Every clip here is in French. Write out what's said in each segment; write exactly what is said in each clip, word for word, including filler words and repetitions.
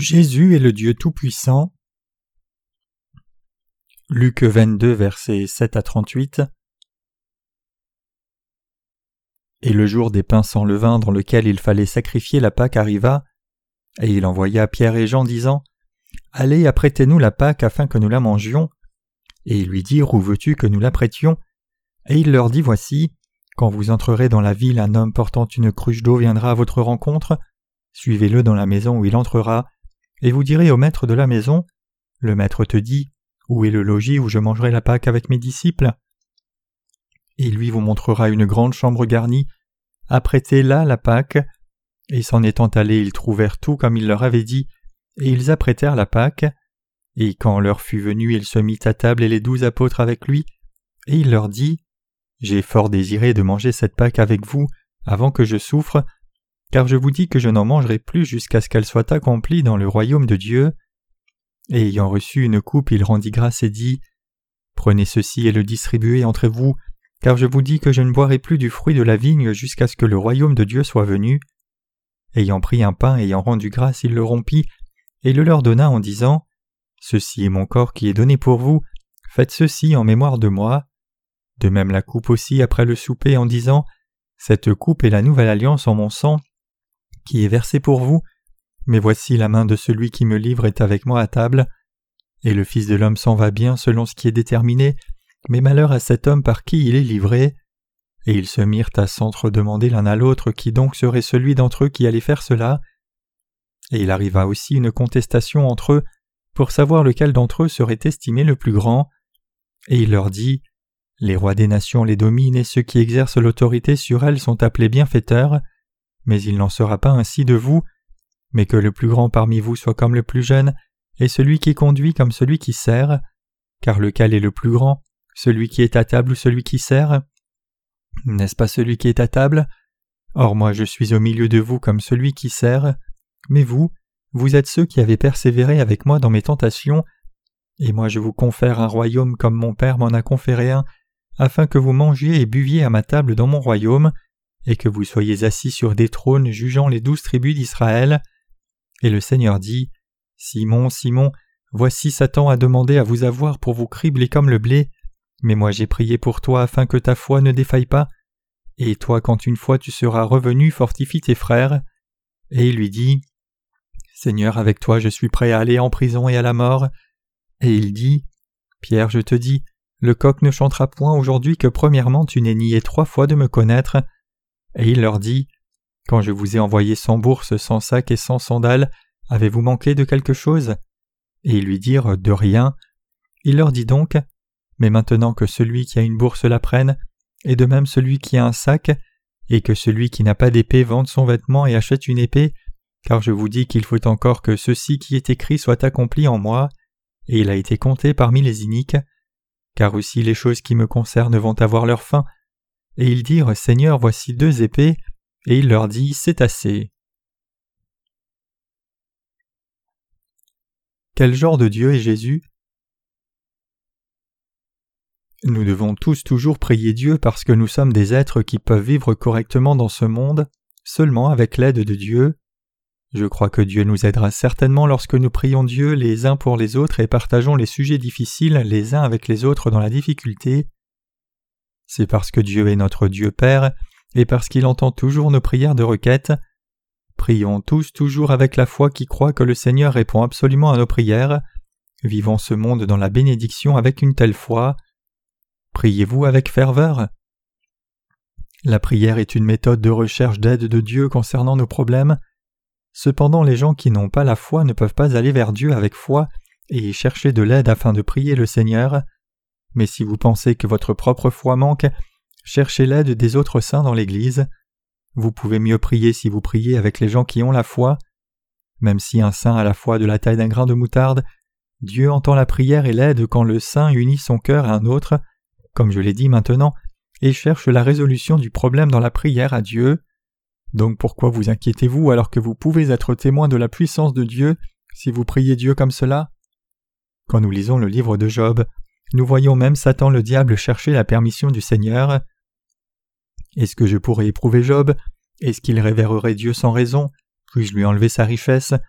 Jésus est le Dieu Tout-Puissant. Luc vingt-deux, versets sept à trente-huit. Et le jour des pains sans levain dans lequel il fallait sacrifier la Pâque arriva, et il envoya Pierre et Jean disant : Allez, apprêtez-nous la Pâque afin que nous la mangions. Et ils lui dirent : Où veux-tu que nous l'apprêtions ? Et il leur dit : Voici, quand vous entrerez dans la ville, un homme portant une cruche d'eau viendra à votre rencontre. Suivez-le dans la maison où il entrera, et vous direz au maître de la maison : Le maître te dit : Où est le logis où je mangerai la Pâque avec mes disciples ? Et lui vous montrera une grande chambre garnie. Apprêtez là la Pâque. Et s'en étant allés, ils trouvèrent tout comme il leur avait dit, et ils apprêtèrent la Pâque. Et quand l'heure fut venue, il se mit à table et les douze apôtres avec lui, et il leur dit : J'ai fort désiré de manger cette Pâque avec vous, avant que je souffre, car je vous dis que je n'en mangerai plus jusqu'à ce qu'elle soit accomplie dans le royaume de Dieu. Et ayant reçu une coupe, il rendit grâce et dit : Prenez ceci et le distribuez entre vous, car je vous dis que je ne boirai plus du fruit de la vigne jusqu'à ce que le royaume de Dieu soit venu. Ayant pris un pain, ayant rendu grâce, il le rompit, et le leur donna en disant : Ceci est mon corps qui est donné pour vous, faites ceci en mémoire de moi. De même la coupe aussi après le souper en disant : Cette coupe est la nouvelle alliance en mon sang, qui est versée pour vous, mais voici la main de celui qui me livre est avec moi à table. Et le Fils de l'homme s'en va bien selon ce qui est déterminé, mais malheur à cet homme par qui il est livré. Et ils se mirent à s'entre-demander l'un à l'autre qui donc serait celui d'entre eux qui allait faire cela. Et il arriva aussi une contestation entre eux, pour savoir lequel d'entre eux serait estimé le plus grand. Et il leur dit : Les rois des nations les dominent et ceux qui exercent l'autorité sur elles sont appelés bienfaiteurs, mais il n'en sera pas ainsi de vous, mais que le plus grand parmi vous soit comme le plus jeune, et celui qui conduit comme celui qui sert. Car lequel est le plus grand, celui qui est à table ou celui qui sert ? N'est-ce pas celui qui est à table ? Or moi je suis au milieu de vous comme celui qui sert. Mais vous, vous êtes ceux qui avez persévéré avec moi dans mes tentations, et moi je vous confère un royaume comme mon Père m'en a conféré un, afin que vous mangiez et buviez à ma table dans mon royaume, et que vous soyez assis sur des trônes jugeant les douze tribus d'Israël. Et le Seigneur dit : Simon, Simon, voici Satan a demandé à vous avoir pour vous cribler comme le blé, mais moi j'ai prié pour toi afin que ta foi ne défaille pas. Et toi, quand une fois tu seras revenu, fortifie tes frères. Et il lui dit : Seigneur, avec toi je suis prêt à aller en prison et à la mort. Et il dit : Pierre, je te dis, le coq ne chantera point aujourd'hui que premièrement tu n'aies nié trois fois de me connaître. Et il leur dit : Quand je vous ai envoyé sans bourse, sans sac et sans sandales, avez-vous manqué de quelque chose ? Et ils lui dirent : De rien. Il leur dit donc : Mais maintenant que celui qui a une bourse la prenne, et de même celui qui a un sac, et que celui qui n'a pas d'épée vende son vêtement et achète une épée, car je vous dis qu'il faut encore que ceci qui est écrit soit accompli en moi, et il a été compté parmi les iniques, car aussi les choses qui me concernent vont avoir leur fin. Et ils dirent : Seigneur, voici deux épées, et il leur dit : C'est assez. Quel genre de Dieu est Jésus ? Nous devons tous toujours prier Dieu parce que nous sommes des êtres qui peuvent vivre correctement dans ce monde, seulement avec l'aide de Dieu. Je crois que Dieu nous aidera certainement lorsque nous prions Dieu les uns pour les autres et partageons les sujets difficiles les uns avec les autres dans la difficulté. C'est parce que Dieu est notre Dieu Père et parce qu'il entend toujours nos prières de requête. Prions tous toujours avec la foi qui croit que le Seigneur répond absolument à nos prières. Vivons ce monde dans la bénédiction avec une telle foi. Priez-vous avec ferveur ? La prière est une méthode de recherche d'aide de Dieu concernant nos problèmes. Cependant, les gens qui n'ont pas la foi ne peuvent pas aller vers Dieu avec foi et chercher de l'aide afin de prier le Seigneur. Mais si vous pensez que votre propre foi manque, cherchez l'aide des autres saints dans l'Église. Vous pouvez mieux prier si vous priez avec les gens qui ont la foi. Même si un saint a la foi de la taille d'un grain de moutarde, Dieu entend la prière et l'aide quand le saint unit son cœur à un autre, comme je l'ai dit maintenant, et cherche la résolution du problème dans la prière à Dieu. Donc pourquoi vous inquiétez-vous alors que vous pouvez être témoin de la puissance de Dieu si vous priez Dieu comme cela ? Quand nous lisons le livre de Job, nous voyons même Satan le diable chercher la permission du Seigneur. Est-ce que je pourrais éprouver Job ? Est-ce qu'il révérerait Dieu sans raison ? Puis-je lui enlever sa richesse ?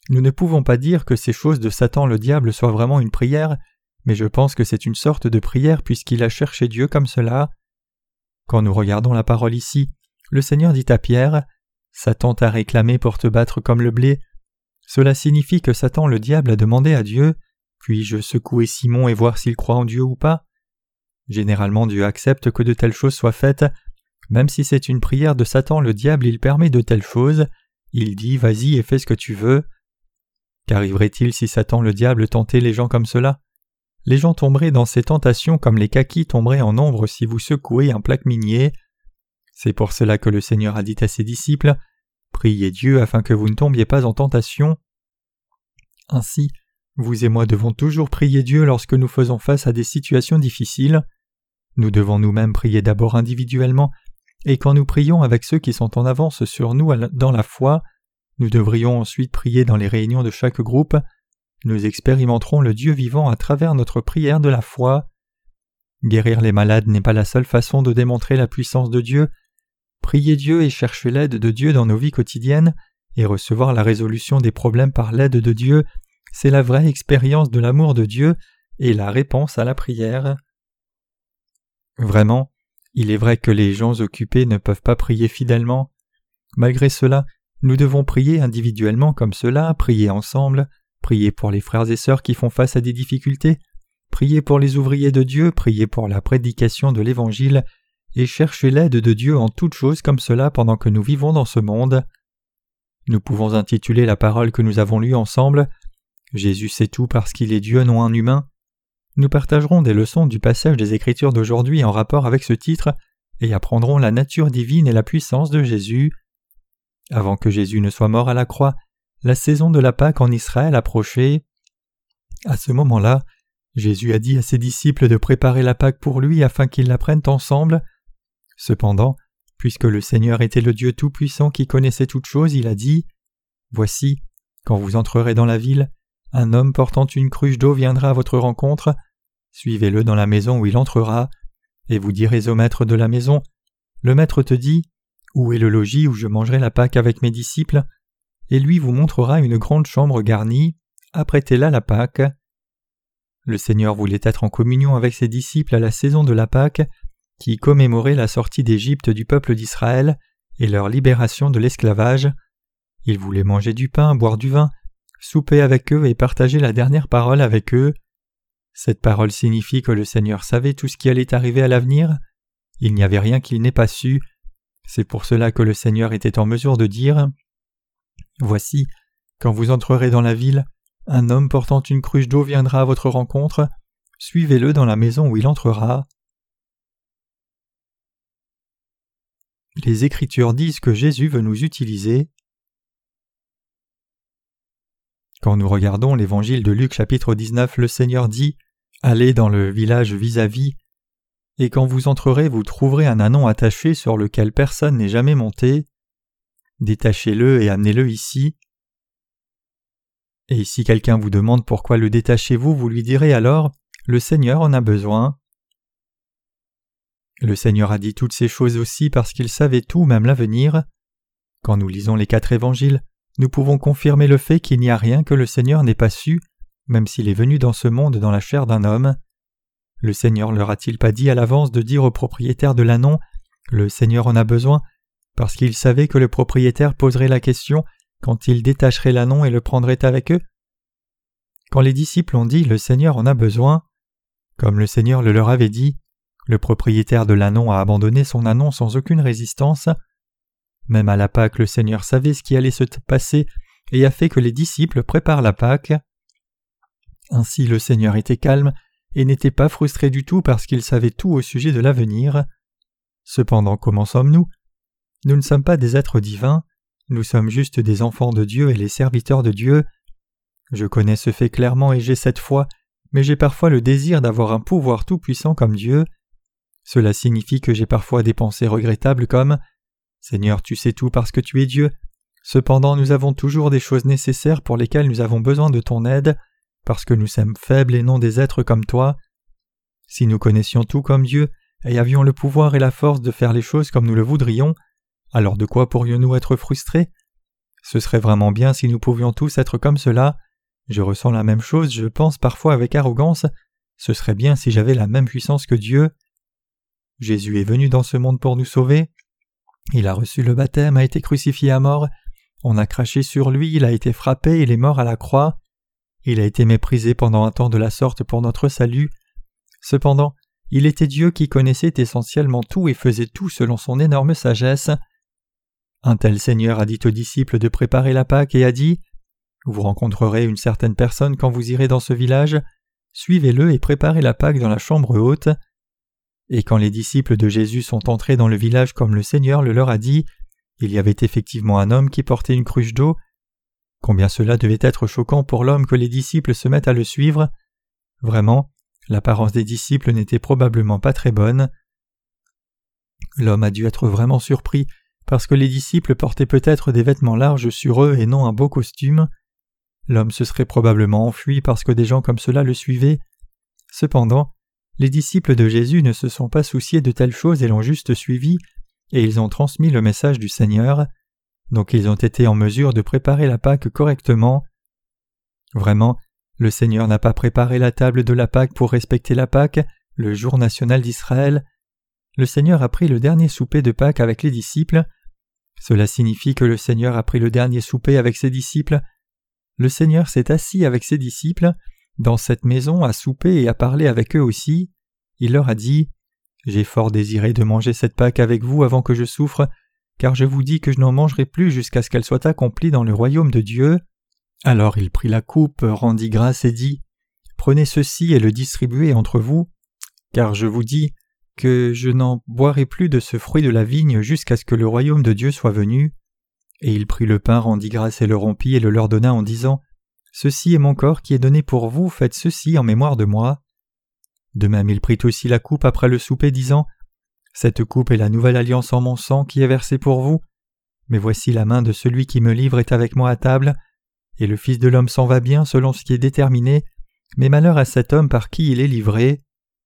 Nous ne pouvons pas dire que ces choses de Satan le diable soient vraiment une prière, mais je pense que c'est une sorte de prière puisqu'il a cherché Dieu comme cela. Quand nous regardons la parole ici, le Seigneur dit à Pierre « Satan t'a réclamé pour te battre comme le blé ». Cela signifie que Satan le diable a demandé à Dieu « Puis-je secouer Simon et voir s'il croit en Dieu ou pas ?» Généralement Dieu accepte que de telles choses soient faites. Même si c'est une prière de Satan le diable, il permet de telles choses. Il dit « Vas-y et fais ce que tu veux ». Qu'arriverait-il si Satan le diable tentait les gens comme cela? Les gens tomberaient dans ces tentations comme les kakis tomberaient en nombre si vous secouez un plaque minier. C'est pour cela que le Seigneur a dit à ses disciples « Priez Dieu afin que vous ne tombiez pas en tentation ». Ainsi, vous et moi devons toujours prier Dieu lorsque nous faisons face à des situations difficiles. Nous devons nous-mêmes prier d'abord individuellement, et quand nous prions avec ceux qui sont en avance sur nous dans la foi, nous devrions ensuite prier dans les réunions de chaque groupe. Nous expérimenterons le Dieu vivant à travers notre prière de la foi. Guérir les malades n'est pas la seule façon de démontrer la puissance de Dieu. Prier Dieu et chercher l'aide de Dieu dans nos vies quotidiennes et recevoir la résolution des problèmes par l'aide de Dieu, c'est la vraie expérience de l'amour de Dieu et la réponse à la prière. Vraiment, il est vrai que les gens occupés ne peuvent pas prier fidèlement. Malgré cela, nous devons prier individuellement comme cela, prier ensemble, prier pour les frères et sœurs qui font face à des difficultés, prier pour les ouvriers de Dieu, prier pour la prédication de l'Évangile, et chercher l'aide de Dieu en toutes choses comme cela pendant que nous vivons dans ce monde. Nous pouvons intituler la parole que nous avons lue ensemble « Jésus sait tout parce qu'il est Dieu, non un humain ». Nous partagerons des leçons du passage des Écritures d'aujourd'hui en rapport avec ce titre et apprendrons la nature divine et la puissance de Jésus. Avant que Jésus ne soit mort à la croix, la saison de la Pâque en Israël approchait. À ce moment-là, Jésus a dit à ses disciples de préparer la Pâque pour lui afin qu'ils la prennent ensemble. Cependant, puisque le Seigneur était le Dieu Tout-Puissant qui connaissait toutes choses, il a dit « Voici, quand vous entrerez dans la ville, un homme portant une cruche d'eau viendra à votre rencontre. Suivez-le dans la maison où il entrera, et vous direz au maître de la maison « Le maître te dit « Où est le logis où je mangerai la Pâque avec mes disciples ?» Et lui vous montrera une grande chambre garnie. Apprêtez-la la Pâque. » Le Seigneur voulait être en communion avec ses disciples à la saison de la Pâque, qui commémorait la sortie d'Égypte du peuple d'Israël et leur libération de l'esclavage. Il voulait manger du pain, boire du vin, souper avec eux et partager la dernière parole avec eux. Cette parole signifie que le Seigneur savait tout ce qui allait arriver à l'avenir. Il n'y avait rien qu'il n'ait pas su. C'est pour cela que le Seigneur était en mesure de dire « Voici, quand vous entrerez dans la ville, un homme portant une cruche d'eau viendra à votre rencontre. Suivez-le dans la maison où il entrera. » Les Écritures disent que Jésus veut nous utiliser. Quand nous regardons l'Évangile de Luc chapitre dix-neuf, le Seigneur dit « Allez dans le village vis-à-vis, et quand vous entrerez, vous trouverez un ânon attaché sur lequel personne n'est jamais monté. Détachez-le et amenez-le ici. » Et si quelqu'un vous demande pourquoi le détachez-vous, vous lui direz alors « Le Seigneur en a besoin. » Le Seigneur a dit toutes ces choses aussi parce qu'il savait tout, même l'avenir. Quand nous lisons les quatre évangiles, nous pouvons confirmer le fait qu'il n'y a rien que le Seigneur n'ait pas su, même s'il est venu dans ce monde dans la chair d'un homme. Le Seigneur leur a-t-il pas dit à l'avance de dire au propriétaire de l'ânon « Le Seigneur en a besoin » parce qu'il savait que le propriétaire poserait la question quand il détacherait l'ânon et le prendrait avec eux? Quand les disciples ont dit « Le Seigneur en a besoin », comme le Seigneur le leur avait dit, le propriétaire de l'ânon a abandonné son ânon sans aucune résistance. Même à la Pâque, le Seigneur savait ce qui allait se passer et a fait que les disciples préparent la Pâque. Ainsi le Seigneur était calme et n'était pas frustré du tout parce qu'il savait tout au sujet de l'avenir. Cependant, comment sommes-nous? Nous ne sommes pas des êtres divins, nous sommes juste des enfants de Dieu et les serviteurs de Dieu. Je connais ce fait clairement et j'ai cette foi, mais j'ai parfois le désir d'avoir un pouvoir tout-puissant comme Dieu. Cela signifie que j'ai parfois des pensées regrettables comme « Seigneur, tu sais tout parce que tu es Dieu. Cependant, nous avons toujours des choses nécessaires pour lesquelles nous avons besoin de ton aide, parce que nous sommes faibles et non des êtres comme toi. Si nous connaissions tout comme Dieu et avions le pouvoir et la force de faire les choses comme nous le voudrions, alors de quoi pourrions-nous être frustrés? Ce serait vraiment bien si nous pouvions tous être comme cela. Je ressens la même chose, je pense parfois avec arrogance. Ce serait bien si j'avais la même puissance que Dieu. Jésus est venu dans ce monde pour nous sauver. Il a reçu le baptême, a été crucifié à mort. On a craché sur lui, il a été frappé, il est mort à la croix. Il a été méprisé pendant un temps de la sorte pour notre salut. Cependant, il était Dieu qui connaissait essentiellement tout et faisait tout selon son énorme sagesse. Un tel Seigneur a dit aux disciples de préparer la Pâque et a dit « Vous rencontrerez une certaine personne quand vous irez dans ce village, suivez-le et préparez la Pâque dans la chambre haute. » Et quand les disciples de Jésus sont entrés dans le village comme le Seigneur le leur a dit, il y avait effectivement un homme qui portait une cruche d'eau. Combien cela devait être choquant pour l'homme que les disciples se mettent à le suivre. Vraiment, l'apparence des disciples n'était probablement pas très bonne. L'homme a dû être vraiment surpris parce que les disciples portaient peut-être des vêtements larges sur eux et non un beau costume. L'homme se serait probablement enfui parce que des gens comme cela le suivaient. Cependant, les disciples de Jésus ne se sont pas souciés de telles choses et l'ont juste suivi, et ils ont transmis le message du Seigneur. Donc ils ont été en mesure de préparer la Pâque correctement. Vraiment, le Seigneur n'a pas préparé la table de la Pâque pour respecter la Pâque, le jour national d'Israël. Le Seigneur a pris le dernier souper de Pâques avec les disciples. Cela signifie que le Seigneur a pris le dernier souper avec ses disciples. Le Seigneur s'est assis avec ses disciples dans cette maison à souper et à parler avec eux aussi. Il leur a dit « J'ai fort désiré de manger cette Pâque avec vous avant que je souffre, car je vous dis que je n'en mangerai plus jusqu'à ce qu'elle soit accomplie dans le royaume de Dieu. » Alors il prit la coupe, rendit grâce et dit « Prenez ceci et le distribuez entre vous, car je vous dis que je n'en boirai plus de ce fruit de la vigne jusqu'à ce que le royaume de Dieu soit venu. » Et il prit le pain, rendit grâce et le rompit et le leur donna en disant « Ceci est mon corps qui est donné pour vous, faites ceci en mémoire de moi. » De même il prit aussi la coupe après le souper, disant « Cette coupe est la nouvelle alliance en mon sang qui est versée pour vous. Mais voici la main de celui qui me livre est avec moi à table, et le Fils de l'homme s'en va bien selon ce qui est déterminé, mais malheur à cet homme par qui il est livré. »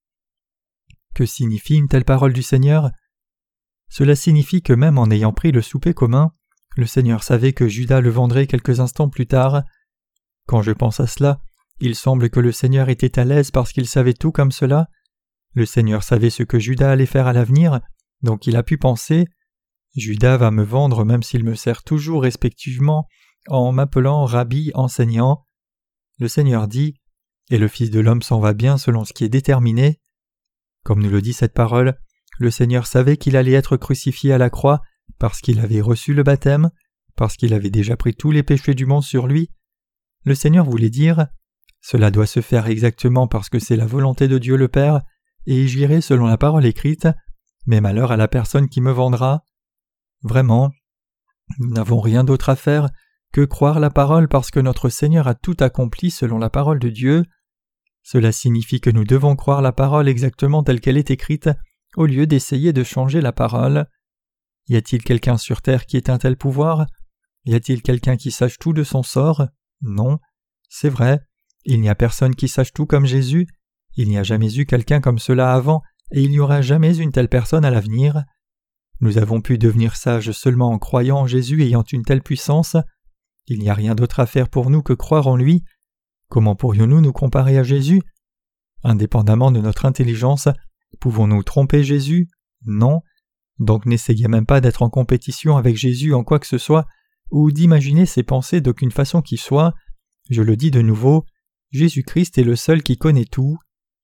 Que signifie une telle parole du Seigneur? Cela signifie que même en ayant pris le souper commun, le Seigneur savait que Judas le vendrait quelques instants plus tard. Quand je pense à cela, il semble que le Seigneur était à l'aise parce qu'il savait tout comme cela. Le Seigneur savait ce que Judas allait faire à l'avenir, donc il a pu penser « Judas va me vendre même s'il me sert toujours respectivement en m'appelant Rabbi enseignant. » Le Seigneur dit « Et le Fils de l'homme s'en va bien selon ce qui est déterminé. » Comme nous le dit cette parole, le Seigneur savait qu'il allait être crucifié à la croix parce qu'il avait reçu le baptême, parce qu'il avait déjà pris tous les péchés du monde sur lui. Le Seigneur voulait dire « Cela doit se faire exactement parce que c'est la volonté de Dieu le Père, et j'irai selon la parole écrite, mais malheur à la personne qui me vendra. » Vraiment, nous n'avons rien d'autre à faire que croire la parole parce que notre Seigneur a tout accompli selon la parole de Dieu. Cela signifie que nous devons croire la parole exactement telle qu'elle est écrite, au lieu d'essayer de changer la parole. Y a-t-il quelqu'un sur terre qui ait un tel pouvoir? Y a-t-il quelqu'un qui sache tout de son sort? Non. C'est vrai, il n'y a personne qui sache tout comme Jésus. Il n'y a jamais eu quelqu'un comme cela avant, et il n'y aura jamais une telle personne à l'avenir. Nous avons pu devenir sages seulement en croyant en Jésus ayant une telle puissance. Il n'y a rien d'autre à faire pour nous que croire en lui. Comment pourrions-nous nous comparer à Jésus? Indépendamment de notre intelligence, pouvons-nous tromper Jésus? Non. Donc n'essayez même pas d'être en compétition avec Jésus en quoi que ce soit, ou d'imaginer ses pensées d'aucune façon qui soit. Je le dis de nouveau, Jésus-Christ est le seul qui connaît tout.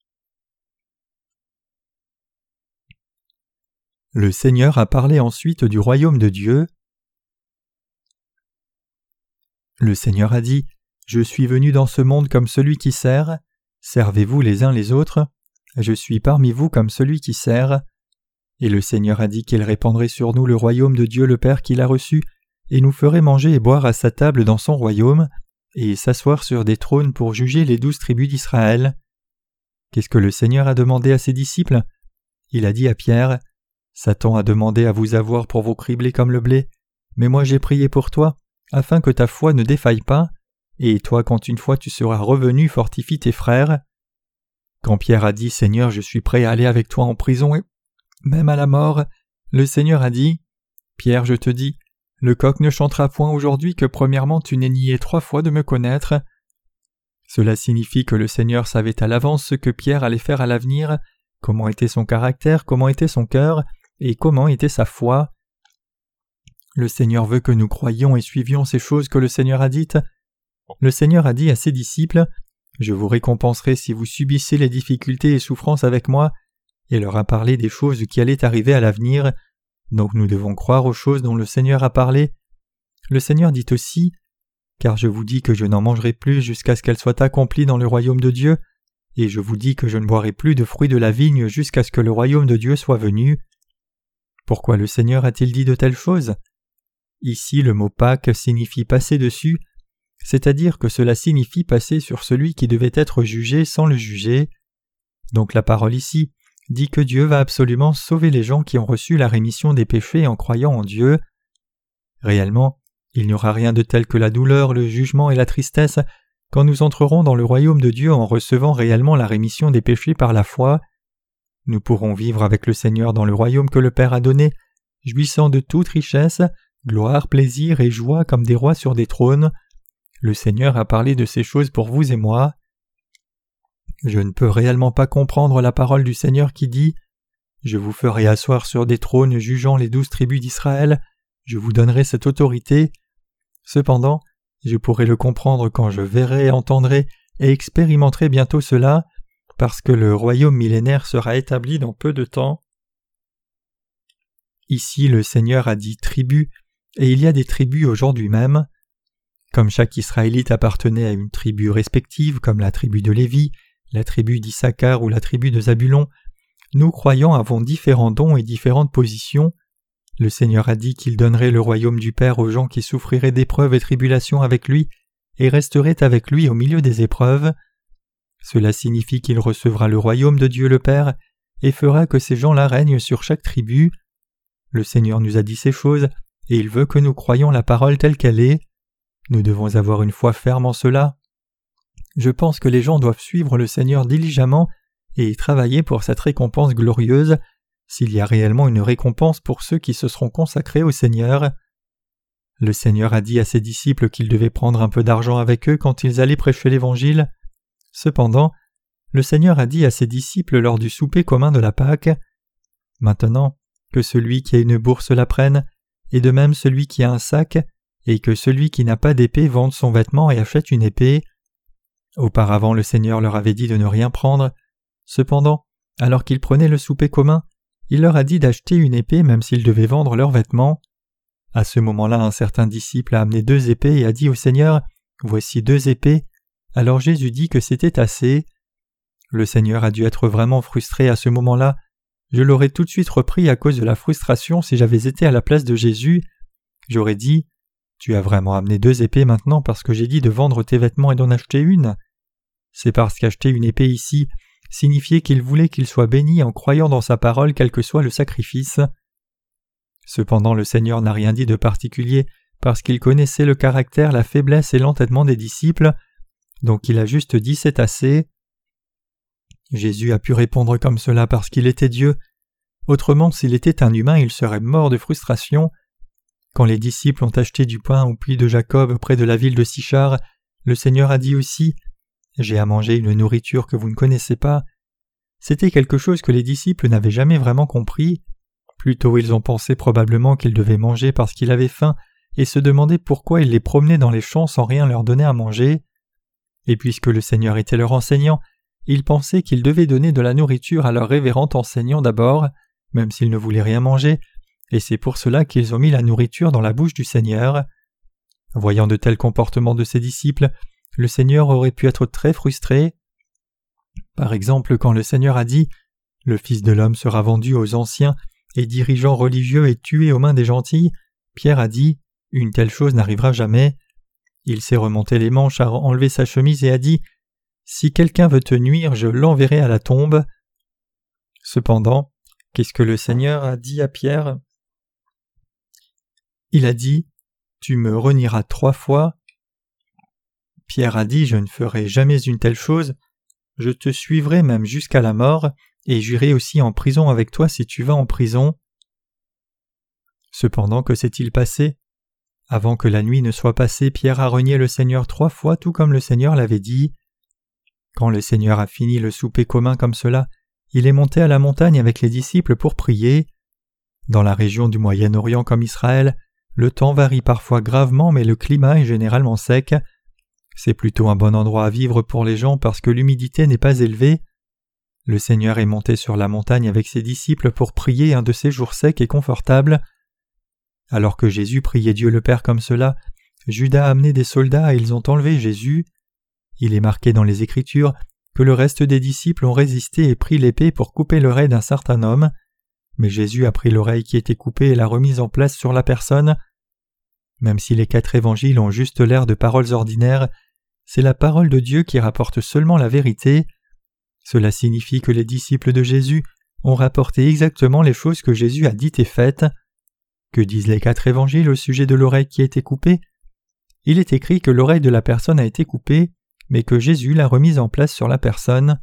Le Seigneur a parlé ensuite du royaume de Dieu. Le Seigneur a dit « Je suis venu dans ce monde comme celui qui sert. Servez-vous les uns les autres. Je suis parmi vous comme celui qui sert. » Et le Seigneur a dit qu'il répandrait sur nous le royaume de Dieu le Père qu'il a reçu, et nous ferait manger et boire à sa table dans son royaume, et s'asseoir sur des trônes pour juger les douze tribus d'Israël. Qu'est-ce que le Seigneur a demandé à ses disciples? Il a dit à Pierre « Satan a demandé à vous avoir pour vous cribler comme le blé, mais moi j'ai prié pour toi, afin que ta foi ne défaille pas, et toi quand une fois tu seras revenu, fortifie tes frères. » Quand Pierre a dit « Seigneur, je suis prêt à aller avec toi en prison et même à la mort », le Seigneur a dit « Pierre, je te dis, Le coq ne chantera point aujourd'hui que premièrement tu n'aies nié trois fois de me connaître. » Cela signifie que le Seigneur savait à l'avance ce que Pierre allait faire à l'avenir, comment était son caractère, comment était son cœur, et comment était sa foi. Le Seigneur veut que nous croyions et suivions ces choses que le Seigneur a dites. Le Seigneur a dit à ses disciples « Je vous récompenserai si vous subissez les difficultés et souffrances avec moi », et leur a parlé des choses qui allaient arriver à l'avenir. Donc nous devons croire aux choses dont le Seigneur a parlé. Le Seigneur dit aussi « Car je vous dis que je n'en mangerai plus jusqu'à ce qu'elle soit accomplie dans le royaume de Dieu, et je vous dis que je ne boirai plus de fruits de la vigne jusqu'à ce que le royaume de Dieu soit venu. » Pourquoi le Seigneur a-t-il dit de telles choses? Ici, le mot Pâques signifie passer dessus, c'est-à-dire que cela signifie passer sur celui qui devait être jugé sans le juger. Donc la parole ici dit que Dieu va absolument sauver les gens qui ont reçu la rémission des péchés en croyant en Dieu. Réellement, il n'y aura rien de tel que la douleur, le jugement et la tristesse quand nous entrerons dans le royaume de Dieu en recevant réellement la rémission des péchés par la foi. Nous pourrons vivre avec le Seigneur dans le royaume que le Père a donné, jouissant de toute richesse, gloire, plaisir et joie comme des rois sur des trônes. Le Seigneur a parlé de ces choses pour vous et moi. Je ne peux réellement pas comprendre la parole du Seigneur qui dit « Je vous ferai asseoir sur des trônes jugeant les douze tribus d'Israël, je vous donnerai cette autorité. » Cependant, je pourrai le comprendre quand je verrai, entendrai et expérimenterai bientôt cela, parce que le royaume millénaire sera établi dans peu de temps. Ici, le Seigneur a dit « tribu », et il y a des tribus aujourd'hui même. Comme chaque Israélite appartenait à une tribu respective, comme la tribu de Lévi, la tribu d'Issachar ou la tribu de Zabulon, nous croyants avons différents dons et différentes positions. Le Seigneur a dit qu'il donnerait le royaume du Père aux gens qui souffriraient d'épreuves et tribulations avec lui et resteraient avec lui au milieu des épreuves. Cela signifie qu'il recevra le royaume de Dieu le Père et fera que ces gens-là règnent sur chaque tribu. Le Seigneur nous a dit ces choses et il veut que nous croyions la parole telle qu'elle est. Nous devons avoir une foi ferme en cela. Je pense que les gens doivent suivre le Seigneur diligemment et travailler pour cette récompense glorieuse, s'il y a réellement une récompense pour ceux qui se seront consacrés au Seigneur. Le Seigneur a dit à ses disciples qu'ils devaient prendre un peu d'argent avec eux quand ils allaient prêcher l'Évangile. Cependant, le Seigneur a dit à ses disciples lors du souper commun de la Pâque « Maintenant, que celui qui a une bourse la prenne, et de même celui qui a un sac, et que celui qui n'a pas d'épée vende son vêtement et achète une épée. » Auparavant, le Seigneur leur avait dit de ne rien prendre. Cependant, alors qu'ils prenaient le souper commun, il leur a dit d'acheter une épée même s'ils devaient vendre leurs vêtements. À ce moment-là, un certain disciple a amené deux épées et a dit au Seigneur « Voici deux épées. » Alors Jésus dit que c'était assez. Le Seigneur a dû être vraiment frustré à ce moment-là. Je l'aurais tout de suite repris à cause de la frustration si j'avais été à la place de Jésus. J'aurais dit « Tu as vraiment amené deux épées maintenant parce que j'ai dit de vendre tes vêtements et d'en acheter une. » C'est parce qu'acheter une épée ici signifiait qu'il voulait qu'il soit béni en croyant dans sa parole quel que soit le sacrifice. Cependant le Seigneur n'a rien dit de particulier parce qu'il connaissait le caractère, la faiblesse et l'entêtement des disciples, donc il a juste dit « c'est assez ». Jésus a pu répondre comme cela parce qu'il était Dieu. Autrement, s'il était un humain, il serait mort de frustration. Quand les disciples ont acheté du pain au puits de Jacob près de la ville de Sichar, le Seigneur a dit aussi « J'ai à manger une nourriture que vous ne connaissez pas ». C'était quelque chose que les disciples n'avaient jamais vraiment compris. Plutôt ils ont pensé probablement qu'ils devaient manger parce qu'ils avaient faim et se demandaient pourquoi il les promenait dans les champs sans rien leur donner à manger. Et puisque le Seigneur était leur enseignant, ils pensaient qu'ils devaient donner de la nourriture à leur révérend enseignant d'abord, même s'ils ne voulaient rien manger, et c'est pour cela qu'ils ont mis la nourriture dans la bouche du Seigneur. Voyant de tels comportements de ses disciples, le Seigneur aurait pu être très frustré. Par exemple, quand le Seigneur a dit « Le Fils de l'homme sera vendu aux anciens et dirigeants religieux et tué aux mains des gentils », Pierre a dit « Une telle chose n'arrivera jamais ». Il s'est remonté les manches, a enlevé sa chemise et a dit « Si quelqu'un veut te nuire, je l'enverrai à la tombe ». Cependant, qu'est-ce que le Seigneur a dit à Pierre? Il a dit « Tu me renieras trois fois ». Pierre a dit « Je ne ferai jamais une telle chose, je te suivrai même jusqu'à la mort, et j'irai aussi en prison avec toi si tu vas en prison. » Cependant, que s'est-il passé? Avant que la nuit ne soit passée, Pierre a renié le Seigneur trois fois, tout comme le Seigneur l'avait dit. Quand le Seigneur a fini le souper commun comme cela, il est monté à la montagne avec les disciples pour prier. Dans la région du Moyen-Orient comme Israël, le temps varie parfois gravement, mais le climat est généralement sec. C'est plutôt un bon endroit à vivre pour les gens parce que l'humidité n'est pas élevée. Le Seigneur est monté sur la montagne avec ses disciples pour prier un de ces jours secs et confortables. Alors que Jésus priait Dieu le Père comme cela, Judas a amené des soldats et ils ont enlevé Jésus. Il est marqué dans les Écritures que le reste des disciples ont résisté et pris l'épée pour couper l'oreille d'un certain homme, mais Jésus a pris l'oreille qui était coupée et l'a remise en place sur la personne. Même si les quatre évangiles ont juste l'air de paroles ordinaires, c'est la parole de Dieu qui rapporte seulement la vérité. Cela signifie que les disciples de Jésus ont rapporté exactement les choses que Jésus a dites et faites. Que disent les quatre évangiles au sujet de l'oreille qui a été coupée? Il est écrit que l'oreille de la personne a été coupée, mais que Jésus l'a remise en place sur la personne.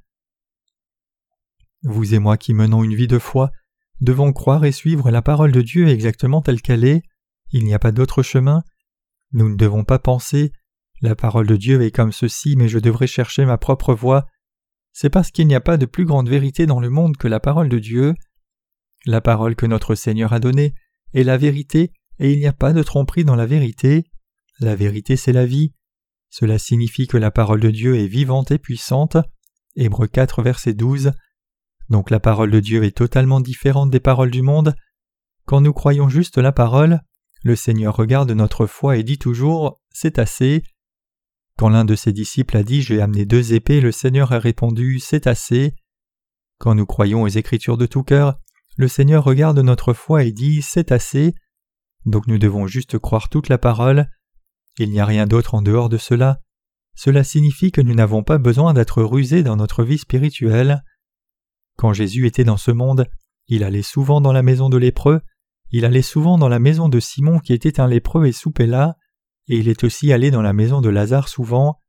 Vous et moi qui menons une vie de foi, devons croire et suivre la parole de Dieu exactement telle qu'elle est. Il n'y a pas d'autre chemin. Nous ne devons pas penser « La parole de Dieu est comme ceci, mais je devrais chercher ma propre voie ». C'est parce qu'il n'y a pas de plus grande vérité dans le monde que la parole de Dieu. La parole que notre Seigneur a donnée est la vérité, et il n'y a pas de tromperie dans la vérité. La vérité, c'est la vie. Cela signifie que la parole de Dieu est vivante et puissante. Hébreux quatre, verset douze. Donc la parole de Dieu est totalement différente des paroles du monde. Quand nous croyons juste la parole, le Seigneur regarde notre foi et dit toujours « C'est assez ». Quand l'un de ses disciples a dit « J'ai amené deux épées », le Seigneur a répondu « C'est assez ». Quand nous croyons aux Écritures de tout cœur, le Seigneur regarde notre foi et dit « C'est assez ». Donc nous devons juste croire toute la parole. Il n'y a rien d'autre en dehors de cela. Cela signifie que nous n'avons pas besoin d'être rusés dans notre vie spirituelle. Quand Jésus était dans ce monde, il allait souvent dans la maison de lépreux, il allait souvent dans la maison de Simon qui était un lépreux et soupait là, et il est aussi allé dans la maison de Lazare souvent.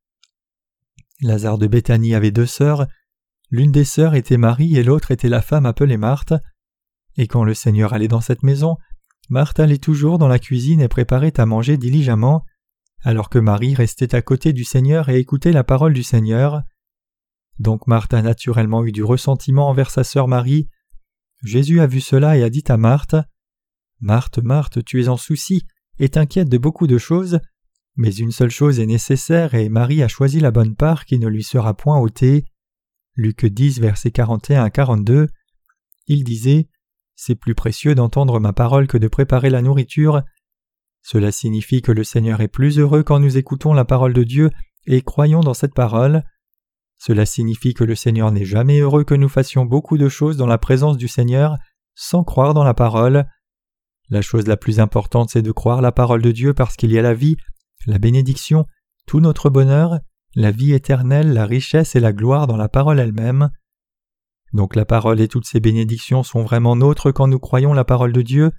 Lazare de Béthanie avait deux sœurs, l'une des sœurs était Marie et l'autre était la femme appelée Marthe. Et quand le Seigneur allait dans cette maison, Marthe allait toujours dans la cuisine et préparait à manger diligemment, alors que Marie restait à côté du Seigneur et écoutait la parole du Seigneur. Donc Marthe a naturellement eu du ressentiment envers sa sœur Marie. Jésus a vu cela et a dit à Marthe « Marthe, Marthe, tu es en souci et t'inquiètes de beaucoup de choses, mais une seule chose est nécessaire et Marie a choisi la bonne part qui ne lui sera point ôtée. » Luc dix, versets quarante et un à quarante-deux. Il disait « C'est plus précieux d'entendre ma parole que de préparer la nourriture. » Cela signifie que le Seigneur est plus heureux quand nous écoutons la parole de Dieu et croyons dans cette parole. Cela signifie que le Seigneur n'est jamais heureux que nous fassions beaucoup de choses dans la présence du Seigneur sans croire dans la parole. La chose la plus importante, c'est de croire la parole de Dieu parce qu'il y a la vie, la bénédiction, tout notre bonheur, la vie éternelle, la richesse et la gloire dans la parole elle-même. Donc la parole et toutes ses bénédictions sont vraiment nôtres quand nous croyons la parole de Dieu.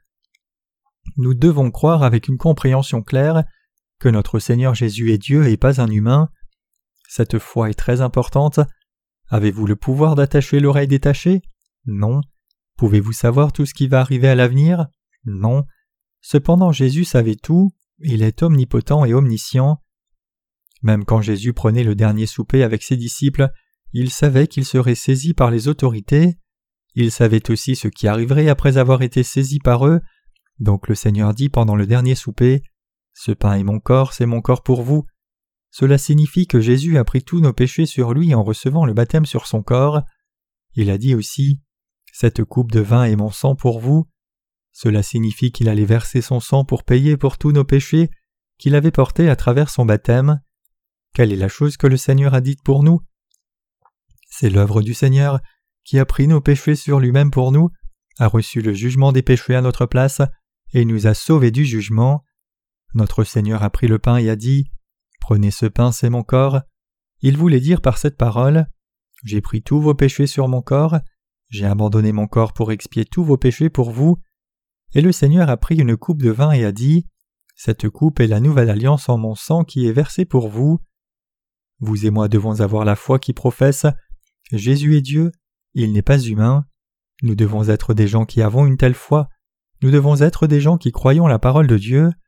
Nous devons croire avec une compréhension claire que notre Seigneur Jésus est Dieu et pas un humain. Cette foi est très importante. Avez-vous le pouvoir d'attacher l'oreille détachée? Non. Pouvez-vous savoir tout ce qui va arriver à l'avenir? Non. Cependant Jésus savait tout, il est omnipotent et omniscient. Même quand Jésus prenait le dernier souper avec ses disciples, il savait qu'il serait saisi par les autorités. Il savait aussi ce qui arriverait après avoir été saisi par eux. Donc le Seigneur dit pendant le dernier souper « Ce pain est mon corps, c'est mon corps pour vous ». Cela signifie que Jésus a pris tous nos péchés sur lui en recevant le baptême sur son corps. Il a dit aussi « Cette coupe de vin est mon sang pour vous ». Cela signifie qu'il allait verser son sang pour payer pour tous nos péchés qu'il avait portés à travers son baptême. Quelle est la chose que le Seigneur a dite pour nous? C'est l'œuvre du Seigneur qui a pris nos péchés sur lui-même pour nous, a reçu le jugement des péchés à notre place et nous a sauvés du jugement. Notre Seigneur a pris le pain et a dit « Prenez ce pain, c'est mon corps ». Il voulait dire par cette parole « J'ai pris tous vos péchés sur mon corps, j'ai abandonné mon corps pour expier tous vos péchés pour vous. » Et le Seigneur a pris une coupe de vin et a dit « Cette coupe est la nouvelle alliance en mon sang qui est versée pour vous. » Vous et moi devons avoir la foi qui professe « Jésus est Dieu, il n'est pas humain. » Nous devons être des gens qui avons une telle foi. Nous devons être des gens qui croyons la parole de Dieu.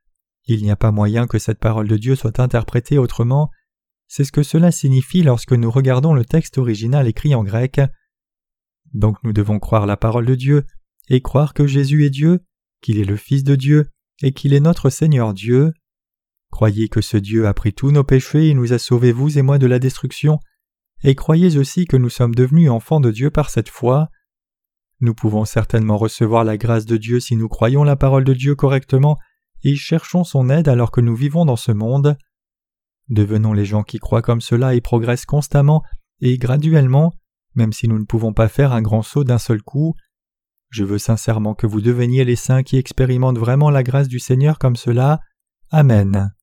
Il n'y a pas moyen que cette parole de Dieu soit interprétée autrement. C'est ce que cela signifie lorsque nous regardons le texte original écrit en grec. Donc nous devons croire la parole de Dieu et croire que Jésus est Dieu, qu'il est le Fils de Dieu et qu'il est notre Seigneur Dieu. Croyez que ce Dieu a pris tous nos péchés et nous a sauvés vous et moi de la destruction, et croyez aussi que nous sommes devenus enfants de Dieu par cette foi. Nous pouvons certainement recevoir la grâce de Dieu si nous croyons la parole de Dieu correctement et cherchons son aide alors que nous vivons dans ce monde. Devenons les gens qui croient comme cela et progressent constamment et graduellement, même si nous ne pouvons pas faire un grand saut d'un seul coup. Je veux sincèrement que vous deveniez les saints qui expérimentent vraiment la grâce du Seigneur comme cela. Amen.